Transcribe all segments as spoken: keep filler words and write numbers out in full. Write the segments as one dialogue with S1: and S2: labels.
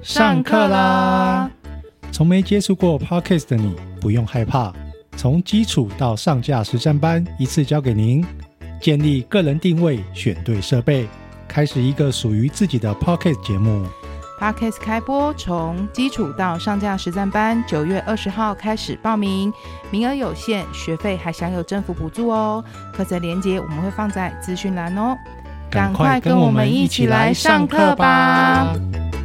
S1: 上课啦！从没接触过 Podcast 的你不用害怕，从基础到上架实战班一次教给您，建立个人定位，选对设备，开始一个属于自己的 Podcast 节目。
S2: Podcast 开播，从基础到上架实战班，九月二十号开始报名，名额有限，学费还享有政府补助哦。课程连结我们会放在资讯栏哦，赶快跟我们一起来上课吧！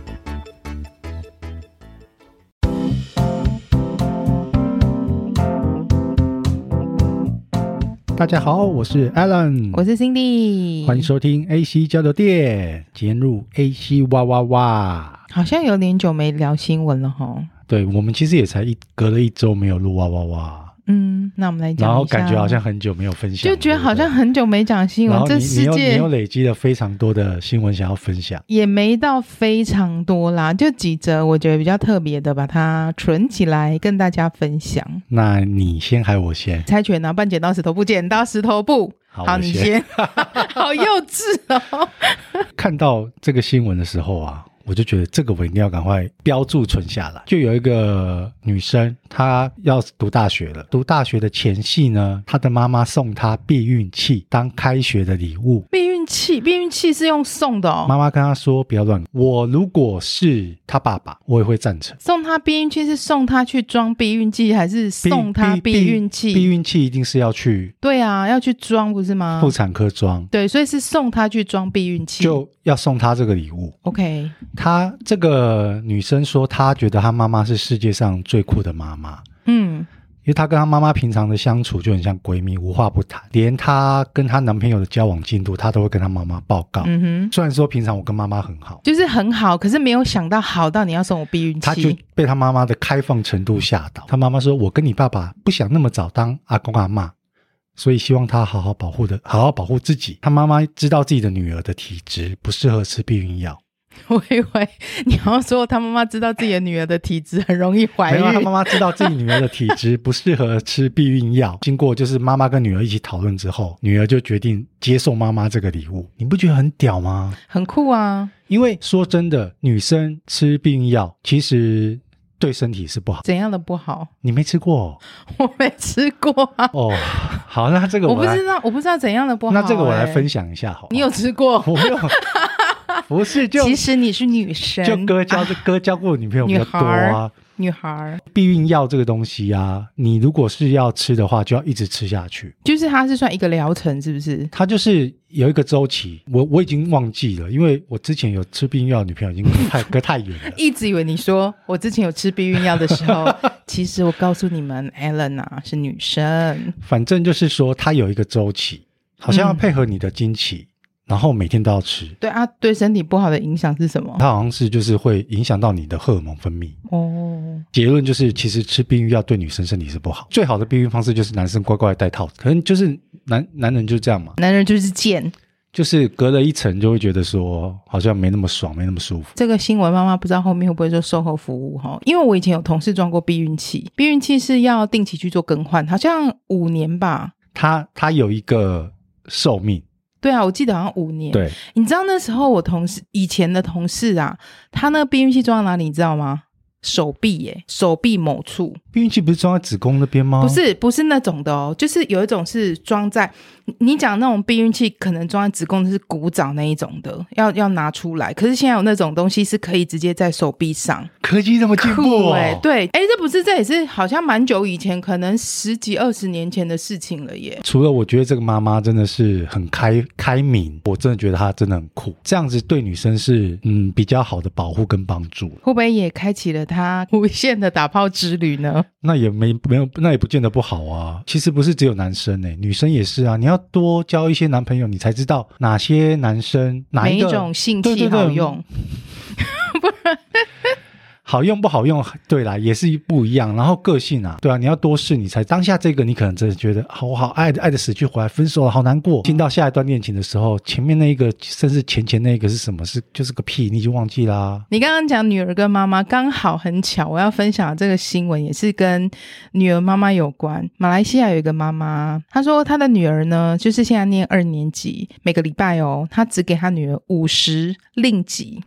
S1: 大家好，我是 Alan，
S2: 我是 Cindy，
S1: 欢迎收听 A C 交流电，今天入 A C 哇哇哇，
S2: 好像有点久没聊新闻了齁。
S1: 对，我们其实也才一隔了一周没有录哇哇哇。
S2: 嗯，那我们来讲一下，
S1: 然后感觉好像很久没有分享，
S2: 就觉得好像很久没讲新闻。这世界
S1: 你又累积了非常多的新闻想要分享，
S2: 也没到非常多啦，就几则我觉得比较特别的，把它存起来跟大家分享。
S1: 那你先还是我先？
S2: 猜拳啊，半剪刀石头布，剪刀石头布。
S1: 好，
S2: 好你先。好幼稚哦。
S1: 看到这个新闻的时候啊，我就觉得这个我一定要赶快标注存下来。就有一个女生，她要读大学了，读大学的前夕呢，她的妈妈送她避孕器当开学的礼物。
S2: 避孕器，避孕器是用送的哦。
S1: 妈妈跟她说不要乱，我如果是她爸爸，我也会赞成。
S2: 送她避孕器是送她去装避孕器，还是送她避孕器？
S1: 避孕器一定是要去，
S2: 对啊，要去装不是吗？
S1: 妇产科装。
S2: 对，所以是送她去装避孕器，
S1: 就要送她这个礼物。
S2: OK，
S1: 她这个女生说她觉得她妈妈是世界上最酷的妈妈。嗯，因为她跟她妈妈平常的相处就很像闺蜜，无话不谈，连她跟她男朋友的交往进度她都会跟她妈妈报告。嗯哼，虽然说平常我跟妈妈很好，
S2: 就是很好，可是没有想到好到你要送我避孕器。
S1: 她就被她妈妈的开放程度吓到。她妈妈说我跟你爸爸不想那么早当阿公阿嬷，所以希望她好好保护的好好保护自己。她妈妈知道自己的女儿的体质不适合吃避孕药。
S2: 我以为你要说他妈妈知道自己的女儿的体质很容易怀孕。
S1: 没有，他妈妈知道自己女儿的体质不适合吃避孕药。经过就是妈妈跟女儿一起讨论之后，女儿就决定接受妈妈这个礼物。你不觉得很屌吗？
S2: 很酷啊。因
S1: 为说真的，女生吃避孕药其实对身体是不好。
S2: 怎样的不好？
S1: 你没吃过？
S2: 我没吃过啊。
S1: 哦，好，那这个 我,
S2: 我不知道，我不知道怎样的不好、欸。
S1: 那这个我来分享一下好。
S2: 你有吃过？
S1: 我没有。不是，就
S2: 其实你是女生，
S1: 就哥交、啊、哥交过的女朋友比较多啊。
S2: 女孩
S1: 避孕药这个东西啊，你如果是要吃的话，就要一直吃下去。
S2: 就是它是算一个疗程，是不是？
S1: 它就是有一个周期，我我已经忘记了，因为我之前有吃避孕药的女朋友已经隔太隔太远了。
S2: 一直以为你说我之前有吃避孕药的时候，其实我告诉你们 ，Ellen 啊是女生。
S1: 反正就是说，它有一个周期，好像要配合你的经期。嗯，然后每天都要吃。
S2: 对啊，对身体不好的影响是什么？
S1: 它好像是就是会影响到你的荷尔蒙分泌。哦，结论就是其实吃避孕药对女生身体是不好。最好的避孕方式就是男生乖乖戴套子，可能就是男男人就是这样嘛。
S2: 男人就是贱，
S1: 就是隔了一层就会觉得说好像没那么爽，没那么舒服。
S2: 这个新闻妈妈不知道后面会不会说售后服务齁？因为我以前有同事装过避孕器，避孕器是要定期去做更换，好像五年吧。
S1: 它它有一个寿命。
S2: 对啊，我记得好像五年。
S1: 对，
S2: 你知道那时候我同事以前的同事啊，他那个避孕器装在哪里你知道吗？手臂耶，手臂某处。
S1: 避孕器不是装在子宫那边吗？
S2: 不是，不是那种的哦，就是有一种是装在你讲那种避孕器，可能装在子宫的是古早那一种的，要要拿出来。可是现在有那种东西是可以直接在手臂上。
S1: 科技这么进步哦！
S2: 欸、对，哎，这不是这也是好像蛮久以前，可能十几二十年前的事情了耶。
S1: 除了我觉得这个妈妈真的是很开开明，我真的觉得她真的很酷，这样子对女生是嗯比较好的保护跟帮助。
S2: 会不会也开启了她无限的打炮之旅呢？
S1: 那也没没有，那也不见得不好啊。其实不是只有男生欸，女生也是啊。你要多交一些男朋友，你才知道哪些男生哪一个
S2: 每一种性器好用。不然
S1: 好用不好用，对啦，也是不一样。然后个性啊，对啊，你要多试，你才当下这个你可能真的觉得好好爱的爱的死去活来，分手了好难过。进到下一段恋情的时候，前面那一个甚至前前那个是什么？是就是个屁，你已经忘记啦。
S2: 你刚刚讲女儿跟妈妈，刚好很巧，我要分享的这个新闻也是跟女儿妈妈有关。马来西亚有一个妈妈，她说她的女儿呢，就是现在念二年级，每个礼拜哦，她只给她女儿五十令吉。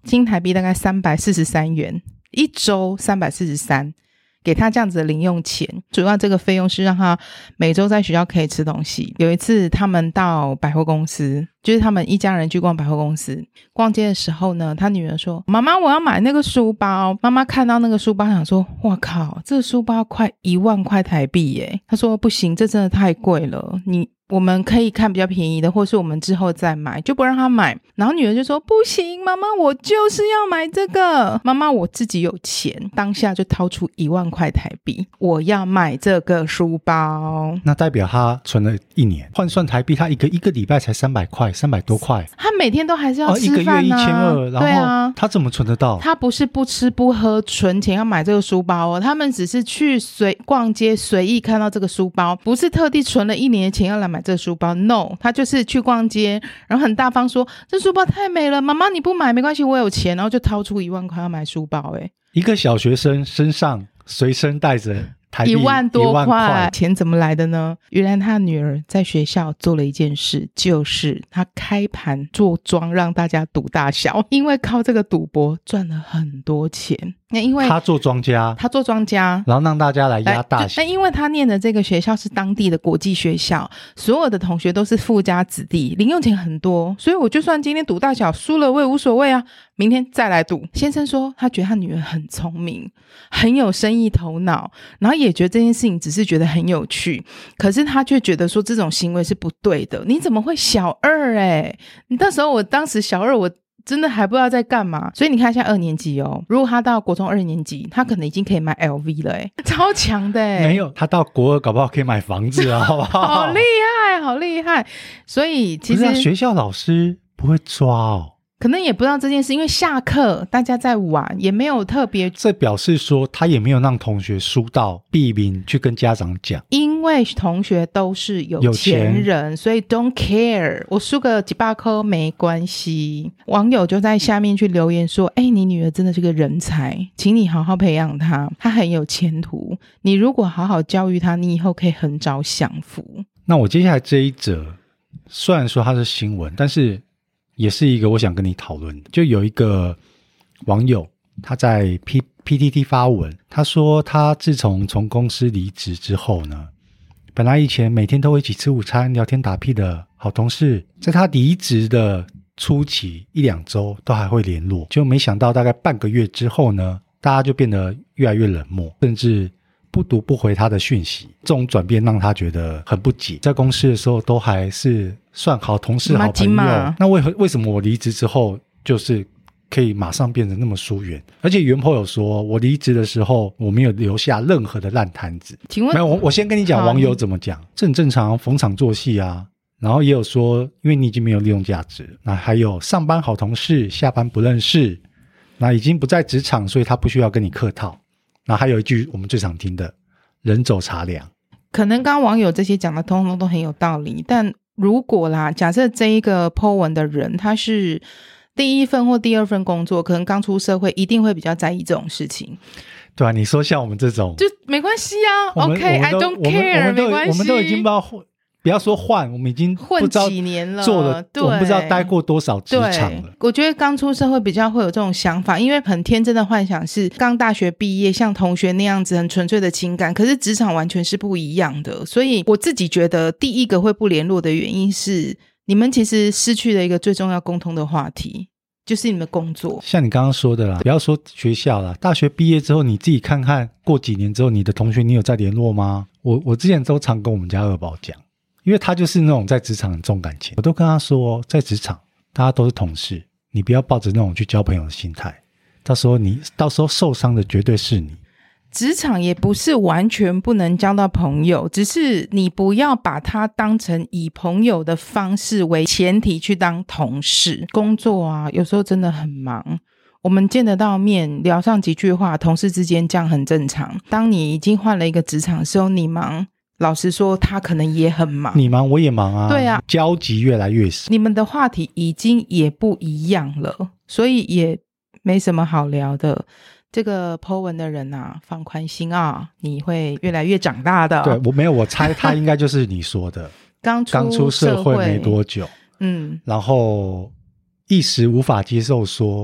S2: 新台币大概三百四十三元，一周三百四十三，给他这样子的零用钱，主要这个费用是让他每周在学校可以吃东西。有一次他们到百货公司，就是他们一家人去逛百货公司，逛街的时候呢，他女儿说妈妈我要买那个书包，妈妈看到那个书包想说哇靠，这个书包快一万块台币耶，他说不行，这真的太贵了，你我们可以看比较便宜的，或是我们之后再买，就不让他买。然后女儿就说不行妈妈，我就是要买这个，妈妈我自己有钱，当下就掏出一万块台币，我要买这个书包。
S1: 那代表他存了一年，换算台币他一个一个礼拜才三百块，三百多块，
S2: 他每天都还是要吃饭啊、
S1: 哦、一个月一千二，然后他怎么存得到？
S2: 他不是不吃不喝存钱要买这个书包哦，他们只是去随逛街随意看到这个书包，不是特地存了一年的钱要来买这个书包 No， 他就是去逛街，然后很大方说这书包太美了，妈妈你不买没关系，我有钱，然后就掏出一万块要买书包。诶，
S1: 一个小学生身上随身带着台币
S2: 一万多块，
S1: 块
S2: 钱怎么来的呢？原来他女儿在学校做了一件事，就是他开盘做庄让大家赌大小，因为靠这个赌博赚了很多钱。那因为
S1: 他做庄家，
S2: 他做庄家，
S1: 然后让大家来压大小。
S2: 那因为他念的这个学校是当地的国际学校，所有的同学都是富家子弟，零用钱很多，所以我就算今天赌大小输了我也无所谓啊，明天再来赌。先生说他觉得他女儿很聪明，很有生意头脑，然后也觉得这件事情只是觉得很有趣，可是他却觉得说这种行为是不对的。你怎么会小二欸？你那时候我当时小二我真的还不知道在干嘛。所以你看现在二年级哦，如果他到国中二年级，他可能已经可以买 L V 了耶，超强的耶。
S1: 没有，他到国二搞不好可以买房子啊，好不好？
S2: 好厉害好厉害。所以其实
S1: 不是、啊、学校老师不会抓哦，
S2: 可能也不知道这件事，因为下课大家在玩，也没有特别。
S1: 这表示说他也没有让同学输到避名去跟家长讲，
S2: 因为同学都是有钱人，所以 don't care， 我输个几百颗没关系。网友就在下面去留言说，哎，你女儿真的是个人才，请你好好培养她，她很有前途，你如果好好教育她，你以后可以横着享福。
S1: 那我接下来这一则虽然说它是新闻，但是也是一个我想跟你讨论的。就有一个网友他在 P PTT 发文，他说他自从从公司离职之后呢，本来以前每天都会一起吃午餐聊天打屁的好同事，在他离职的初期一两周都还会联络，就没想到大概半个月之后呢，大家就变得越来越冷漠，甚至不读不回他的讯息。这种转变让他觉得很不解，在公司的时候都还是算好同事好朋友，那为何为什么我离职之后就是可以马上变得那么疏远？而且原 po 有说我离职的时候我没有留下任何的烂摊子。
S2: 请问
S1: 没有，我我先跟你讲网友怎么讲，这很正常，逢场作戏啊。然后也有说因为你已经没有利用价值，那还有上班好同事下班不认识，那已经不在职场，所以他不需要跟你客套。那还有一句我们最常听的人走茶凉。
S2: 可能刚刚网友这些讲的通通都很有道理，但如果啦，假设这一个 po 文的人他是第一份或第二份工作，可能刚出社会，一定会比较在意这种事情。
S1: 对啊，你说像我们这种
S2: 就没关系啊 OK I don't care， 没关系，
S1: 我们都已经不知道不要说换，我们已经不知道
S2: 混几年了，
S1: 做了，我们不知道待过多少职场了。
S2: 我觉得刚出社会比较会有这种想法，因为很天真的幻想是刚大学毕业像同学那样子很纯粹的情感，可是职场完全是不一样的。所以我自己觉得第一个会不联络的原因是你们其实失去了一个最重要共同的话题，就是你们的工作。像
S1: 你刚刚说的啦，不要说学校啦，大学毕业之后你自己看看，过几年之后你的同学你有再联络吗？我我之前都常跟我们家二宝讲，因为他就是那种在职场很重感情，我都跟他说在职场大家都是同事，你不要抱着那种去交朋友的心态，到时候你到时候受伤的绝对是你。
S2: 职场也不是完全不能交到朋友，只是你不要把它当成以朋友的方式为前提去当同事。工作啊有时候真的很忙，我们见得到面聊上几句话，同事之间这样很正常。当你已经换了一个职场的时候，你忙，老实说他可能也很忙，
S1: 你忙我也忙啊，
S2: 对啊，
S1: 交集越来越少，
S2: 你们的话题已经也不一样了，所以也没什么好聊的。这个 po 文的人啊，放宽心啊，你会越来越长大的。
S1: 对，我没有，我猜他应该就是你说的
S2: 刚出
S1: 刚出社会没多久，
S2: 嗯，
S1: 然后一时无法接受说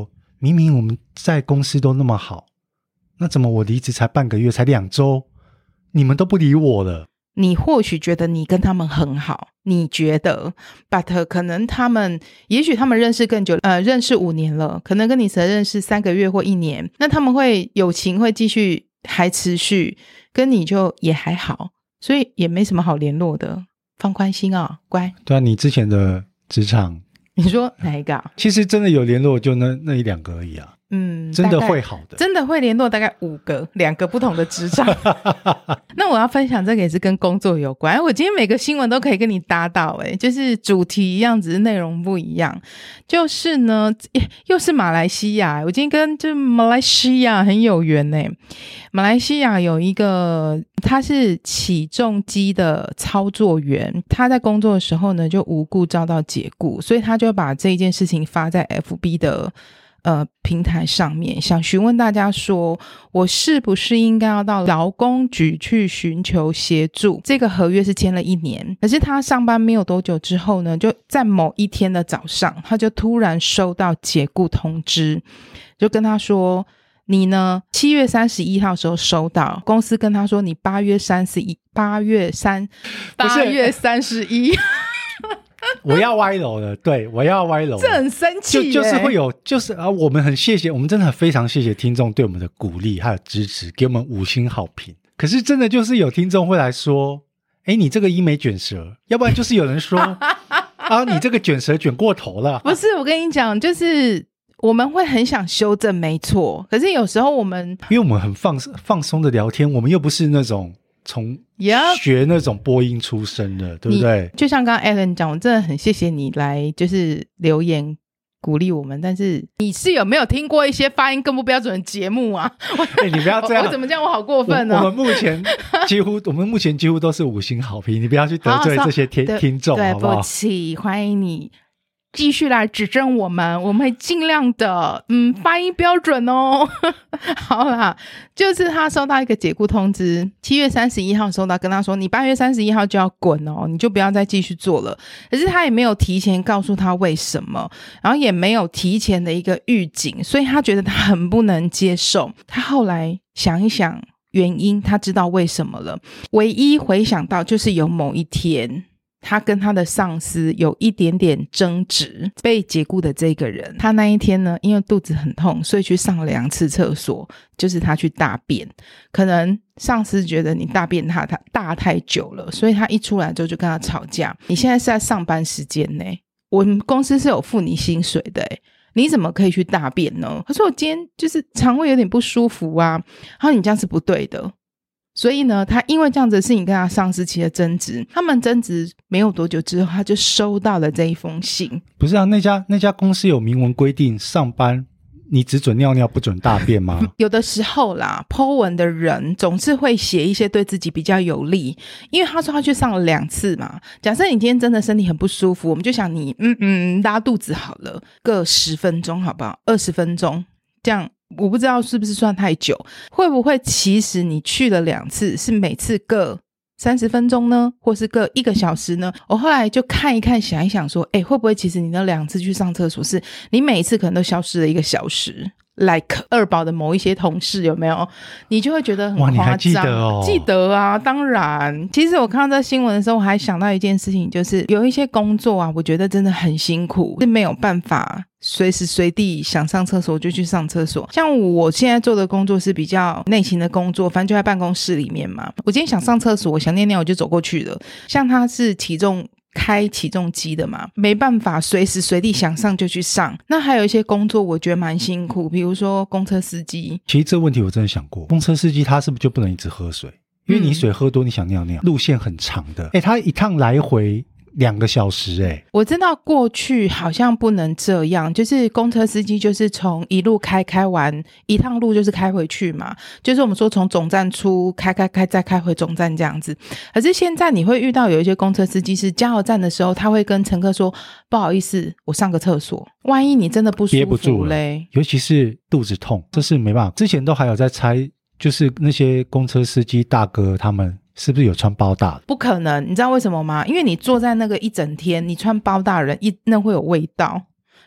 S1: 明明我们在公司都那么好，那怎么我离职才半个月才两周你们都不理我了？
S2: 你或许觉得你跟他们很好，你觉得 but 可能他们也许他们认识更久，呃，认识五年了，可能跟你只认识三个月或一年，那他们会友情会继续还持续，跟你就也还好，所以也没什么好联络的，放宽心啊，乖。
S1: 对啊，你之前的职场
S2: 你说哪一个啊？
S1: 其实真的有联络就那那一两个而已啊。
S2: 嗯，
S1: 真的会好的，
S2: 真的会联络大概五个，两个不同的职场。那我要分享这个也是跟工作有关，我今天每个新闻都可以跟你搭到，欸，就是主题一样，只是内容不一样。就是呢，又是马来西亚，我今天跟就马来西亚很有缘欸。马来西亚有一个他是起重机的操作员，他在工作的时候呢就无故遭到解雇，所以他就把这一件事情发在 F B 的呃，平台上面，想询问大家说，我是不是应该要到劳工局去寻求协助？这个合约是签了一年，可是他上班没有多久之后呢，就在某一天的早上，他就突然收到解雇通知，就跟他说，你呢七月三十一号的时候收到，公司跟他说你八月三十一八月三八月三十一
S1: 我要歪楼了，对，我要歪楼了，
S2: 这很生气耶，
S1: 就就是会有，就是啊，我们很谢谢，我们真的非常谢谢听众对我们的鼓励还有支持，给我们五星好评。可是真的就是有听众会来说，哎，你这个医美卷舌，要不然就是有人说啊，你这个卷舌卷过头了。
S2: 不是，我跟你讲，就是我们会很想修正，没错，可是有时候我们
S1: 因为我们很放放松的聊天，我们又不是那种从学那种播音出身的，对不对？
S2: 就像刚刚 Alan 讲，我真的很谢谢你来就是留言鼓励我们，但是你是有没有听过一些发音更不标准的节目啊？
S1: 欸、你不要这样，
S2: 我, 我怎么这样？我好过分哦！
S1: 我, 我们目前几乎，我们目前几乎都是五星好评，你不要去得罪这些听听众，好不好？
S2: 对不起，欢迎你继续来指正我们，我们会尽量的嗯发音标准哦。好啦，就是他收到一个解雇通知，七月三十一号收到，跟他说你八月三十一号就要滚哦，你就不要再继续做了。可是他也没有提前告诉他为什么，然后也没有提前的一个预警，所以他觉得他很不能接受。他后来想一想原因，他知道为什么了，唯一回想到就是有某一天他跟他的上司有一点点争执，被解雇的这个人，他那一天呢，因为肚子很痛，所以去上了两次厕所，就是他去大便，可能上司觉得你大便他他大太久了，所以他一出来之后就跟他吵架，你现在是在上班时间呢，我们公司是有付你薪水的耶，你怎么可以去大便呢？他说我今天就是肠胃有点不舒服啊，然后你这样是不对的。所以呢，他因为这样子的事情跟他上司起了争执，他们争执没有多久之后，他就收到了这一封信。
S1: 不是啊，那家那家公司有明文规定，上班你只准尿尿不准大便吗？
S2: 有的时候啦 po 文的人总是会写一些对自己比较有利，因为他说他去上了两次嘛，假设你今天真的身体很不舒服，我们就想你嗯嗯拉肚子好了，各十分钟好不好，二十分钟这样，我不知道是不是算太久，会不会其实你去了两次是每次各三十分钟呢，或是各一个小时呢？我后来就看一看想一想说，诶，会不会其实你那两次去上厕所是你每一次可能都消失了一个小时， like 二宝的某一些同事有没有，你就会觉得很夸张。
S1: 哇，你还记得哦？
S2: 记得啊，当然。其实我看到这新闻的时候，我还想到一件事情，就是有一些工作啊，我觉得真的很辛苦，是没有办法随时随地想上厕所就去上厕所。像我现在做的工作是比较内勤的工作，反正就在办公室里面嘛，我今天想上厕所，我想尿尿我就走过去了。像他是体重开起重机的嘛，没办法随时随地想上就去上。那还有一些工作我觉得蛮辛苦，比如说公车司机。
S1: 其实这个问题我真的想过，公车司机他是不是就不能一直喝水？因为你水喝多你想尿尿，路线很长的，诶他一趟来回两个小时诶、欸、
S2: 我知道过去好像不能这样，就是公车司机就是从一路开开完一趟路就是开回去嘛，就是我们说从总站出开开开再开回总站这样子。可是现在你会遇到有一些公车司机是加油站的时候他会跟乘客说不好意思我上个厕所，万一你真的不舒服嘞，憋不住了，
S1: 尤其是肚子痛，这是没办法。之前都还有在猜，就是那些公车司机大哥他们是不是有穿包大的？
S2: 不可能，你知道为什么吗？因为你坐在那个一整天，你穿包大的人一那会有味道，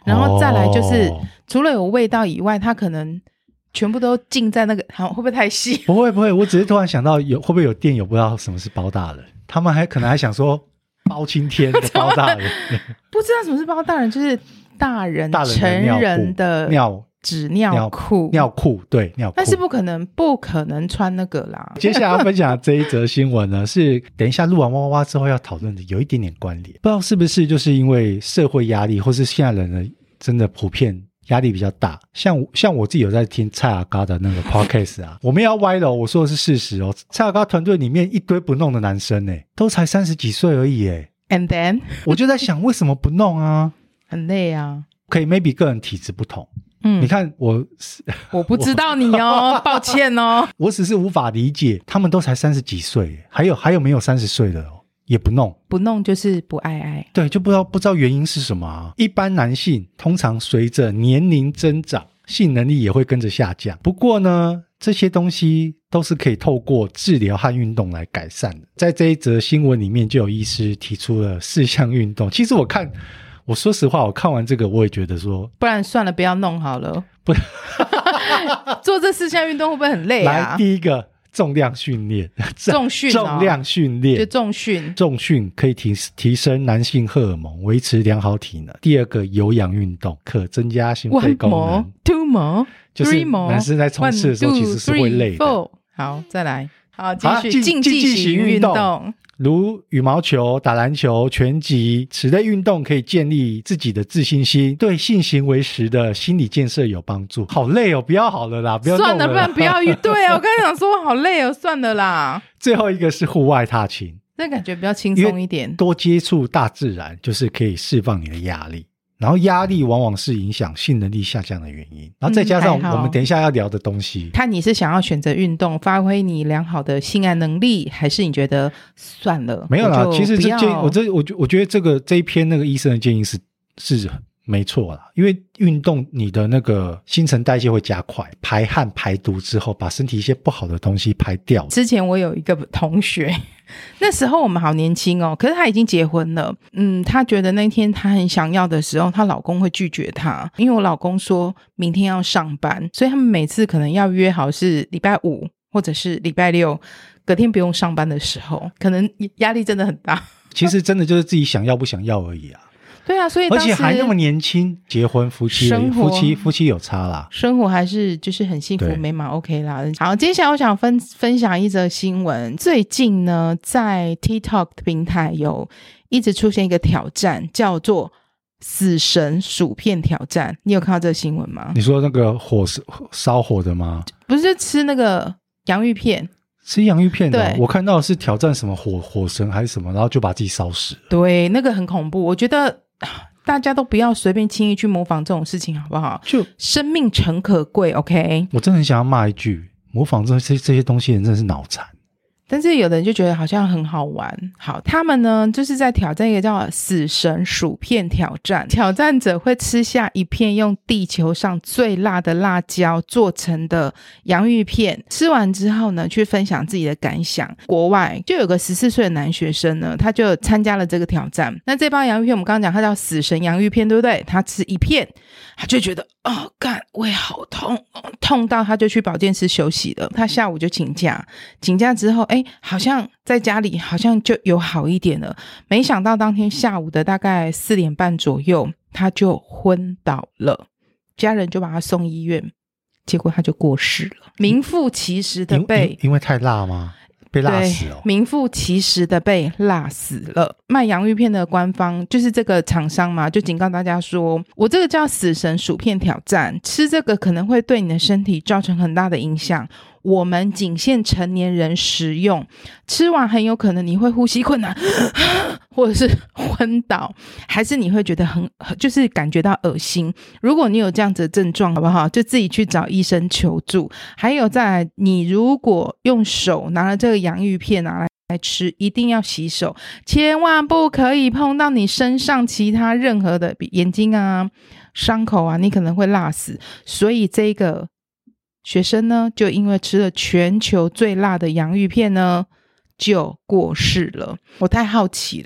S2: 然后再来就是、
S1: 哦、
S2: 除了有味道以外，它可能全部都浸在那个，好会不会太细？
S1: 不会不会，我只是突然想到有会不会有店友不知道什么是包大人，他们还可能还想说包青天的包大人
S2: 不知道什么是包大人，就是大人
S1: 大人的
S2: 成人的
S1: 尿
S2: 纸尿裤
S1: 尿裤对尿裤，
S2: 但是不可能不可能穿那个啦。
S1: 接下来要分享的这一则新闻呢，是等一下录完哇哇哇之后要讨论的，有一点点关联。不知道是不是就是因为社会压力，或是现在人呢真的普遍压力比较大，像像我自己有在听蔡阿嘎的那个 podcast 啊，我们要歪了、哦，我说的是事实哦。蔡阿嘎团队里面一堆不弄的男生哎，都才三十几岁而已哎。
S2: And then
S1: 我就在想为什么不弄啊？
S2: 很累啊。
S1: 可以 maybe 个人体质不同。
S2: 嗯，
S1: 你看我
S2: 我不知道你哦，抱歉哦。
S1: 我只是无法理解，他们都才三十几岁，还有还有没有三十岁的哦，也不弄，
S2: 不弄就是不爱爱。
S1: 对，就不知道不知道原因是什么啊。一般男性通常随着年龄增长，性能力也会跟着下降。不过呢，这些东西都是可以透过治疗和运动来改善的。在这一则新闻里面，就有医师提出了四项运动。其实我看。我说实话，我看完这个我也觉得说，
S2: 不然算了，不要弄好了。
S1: 不
S2: 做这四项运动会不会很累啊？
S1: 来，第一个重量训练，
S2: 重训、哦、
S1: 重量训练，
S2: 就重训，
S1: 重训可以提提升男性荷尔蒙，维持良好体能。第二个有氧运动可增加心肺功能。
S2: One more, two more,
S1: 就是男生在冲刺的时候其实是会累的。
S2: One, two, three, four. 好，再来，好，继续竞
S1: 技
S2: 型运动。
S1: 如羽毛球、打篮球、拳击，此类运动可以建立自己的自信心，对性行为时的心理建设有帮助。好累哦，不要好了啦，不要弄了啦，
S2: 算了，不然不要对啊，我刚才想说好累哦，算了啦。
S1: 最后一个是户外踏青，
S2: 那感觉比较轻松一点，
S1: 多接触大自然就是可以释放你的压力。然后压力往往是影响性能力下降的原因，然后再加上我们等一下要聊的东西、
S2: 嗯、看你是想要选择运动发挥你良好的性爱能力，还是你觉得算了
S1: 没有啦。其实这建议我这我我觉得这个这一篇那个医生的建议是是没错啦，因为运动你的那个新陈代谢会加快，排汗排毒之后把身体一些不好的东西排掉。
S2: 之前我有一个同学，那时候我们好年轻哦，可是他已经结婚了。嗯，他觉得那天他很想要的时候，她老公会拒绝他，因为我老公说明天要上班，所以他们每次可能要约好是礼拜五或者是礼拜六，隔天不用上班的时候，可能压力真的很大。
S1: 其实真的就是自己想要不想要而已啊。
S2: 对啊，所以
S1: 而且还那么年轻，结婚夫妻夫妻夫妻有差啦，
S2: 生活还是就是很幸福美满 OK 啦。好，接下来我想分分享一则新闻。最近呢，在 TikTok 平台有一直出现一个挑战，叫做死神薯片挑战。你有看到这个新闻吗？
S1: 你说那个火烧火的吗？
S2: 不是吃那个洋芋片，
S1: 吃洋芋片的、哦、我看到的是挑战什么火火神还是什么，然后就把自己烧死。
S2: 对，那个很恐怖。我觉得大家都不要随便轻易去模仿这种事情好不好？就生命诚可贵 OK。
S1: 我真的很想要骂一句，模仿这些这些东西的人真的是脑残。
S2: 但是有的人就觉得好像很好玩。好，他们呢就是在挑战一个叫死神薯片挑战。挑战者会吃下一片用地球上最辣的辣椒做成的洋芋片，吃完之后呢去分享自己的感想。国外就有个十四岁的男学生呢，他就参加了这个挑战。那这包洋芋片我们刚刚讲它叫死神洋芋片对不对？他吃一片他就觉得哦干胃好痛、哦、痛到他就去保健室休息了。他下午就请假，请假之后哎，好像在家里好像就有好一点了。没想到当天下午的大概四点半左右他就昏倒了，家人就把他送医院，结果他就过世了。名副其实的被
S1: 因, 因, 因为太辣吗？被辣死哦，
S2: 名副其实的被辣死了。卖洋芋片的官方就是这个厂商嘛，就警告大家说，我这个叫死神薯片挑战，吃这个可能会对你的身体造成很大的影响，我们仅限成年人食用，吃完很有可能你会呼吸困难或者是昏倒，还是你会觉得很就是感觉到恶心。如果你有这样子的症状好不好，就自己去找医生求助。还有再来，你如果用手拿了这个洋芋片拿来来吃，一定要洗手，千万不可以碰到你身上其他任何的眼睛啊伤口啊，你可能会辣死。所以这个学生呢就因为吃了全球最辣的洋芋片呢就过世了。我太好奇了，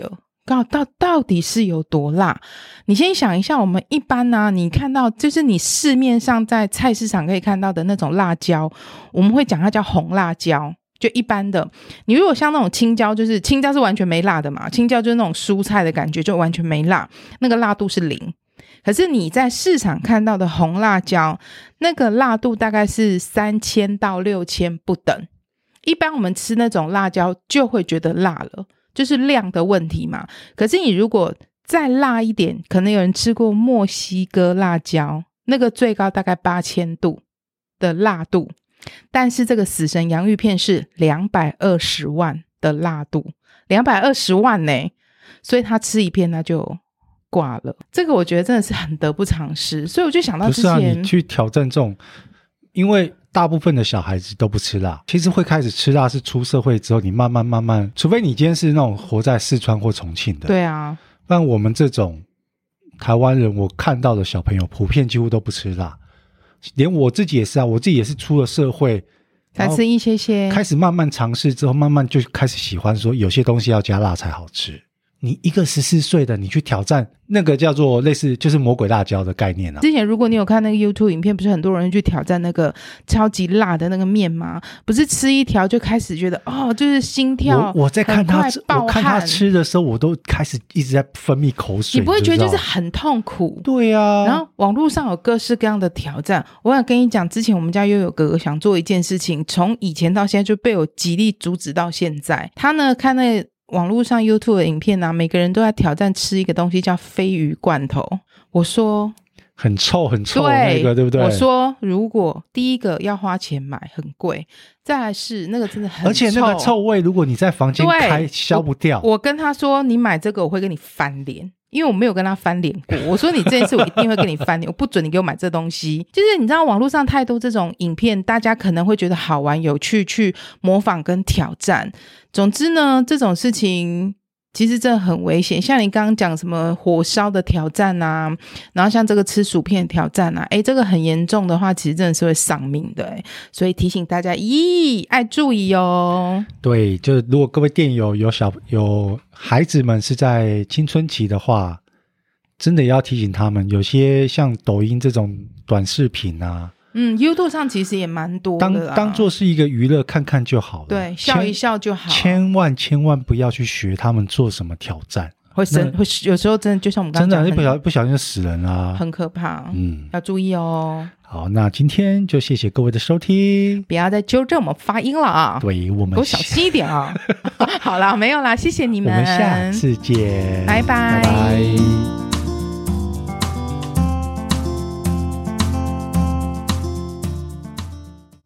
S2: 到到到底是有多辣。你先想一下，我们一般啊，你看到就是你市面上在菜市场可以看到的那种辣椒，我们会讲它叫红辣椒，就一般的。你如果像那种青椒，就是青椒是完全没辣的嘛，青椒就是那种蔬菜的感觉，就完全没辣，那个辣度是零。可是你在市场看到的红辣椒，那个辣度大概是三千到六千不等。一般我们吃那种辣椒就会觉得辣了，就是量的问题嘛。可是你如果再辣一点，可能有人吃过墨西哥辣椒，那个最高大概八千度的辣度，但是这个死神洋芋片是两百二十万的辣度，两百二十万呢，所以他吃一片他就挂了。这个我觉得真的是很得不偿失，所以我就想到之前，
S1: 不是啊，你去挑战这种，因为大部分的小孩子都不吃辣，其实会开始吃辣是出社会之后，你慢慢慢慢，除非你今天是那种活在四川或重庆的，
S2: 对啊，
S1: 不然我们这种台湾人，我看到的小朋友普遍几乎都不吃辣，连我自己也是啊，我自己也是出了社会
S2: 才吃一些些，
S1: 开始慢慢尝试之后，慢慢就开始喜欢说有些东西要加辣才好吃。你一个十四岁的，你去挑战那个叫做类似就是魔鬼辣椒的概念啊。
S2: 之前如果你有看那个 YouTube 影片，不是很多人去挑战那个超级辣的那个面吗？不是吃一条就开始觉得哦，就是心跳
S1: 我我在看他
S2: 很快爆汗，
S1: 我看他吃的时候，我都开始一直在分泌口水。
S2: 你不会觉得就是
S1: 你
S2: 很痛苦？
S1: 对啊。
S2: 然后网络上有各式各样的挑战。我想跟你讲，之前我们家悠悠哥哥想做一件事情，从以前到现在就被我极力阻止到现在。他呢看那个网络上 YouTube 的影片啊，每个人都在挑战吃一个东西叫鲱鱼罐头。我说
S1: 很臭很臭的那个， 对, 对不对？
S2: 我说如果第一个要花钱买很贵，再来是那个真的很臭，
S1: 而且那个臭味如果你在房间开消不掉。
S2: 我, 我跟他说你买这个我会跟你翻脸，因为我没有跟他翻脸过。我说你这一次我一定会跟你翻脸，我不准你给我买这东西。就是你知道网络上太多这种影片，大家可能会觉得好玩有趣，去模仿跟挑战。总之呢，这种事情其实真的很危险。像你刚刚讲什么火烧的挑战啊，然后像这个吃薯片的挑战啊，诶这个很严重的话其实真的是会丧命的诶，所以提醒大家咦爱注意哦。
S1: 对，就是如果各位店友有小有孩子们是在青春期的话，真的也要提醒他们，有些像抖音这种短视频啊，
S2: 嗯 YouTube 上其实也蛮多的啦，
S1: 当当做是一个娱乐看看就好了，
S2: 对，笑一笑就好，
S1: 千万千万不要去学他们做什么挑战，
S2: 会生会有时候真的就像我们刚刚讲，
S1: 真的不小不小心就死人啦，
S2: 很可怕，
S1: 嗯，
S2: 要注意哦。
S1: 好，那今天就谢谢各位的收听，
S2: 不要再纠正我们发音了啊！
S1: 对，我们
S2: 给我小心一点啊！好啦，没有啦，谢谢你们，
S1: 我们下次见，
S2: 拜拜。
S1: 拜拜。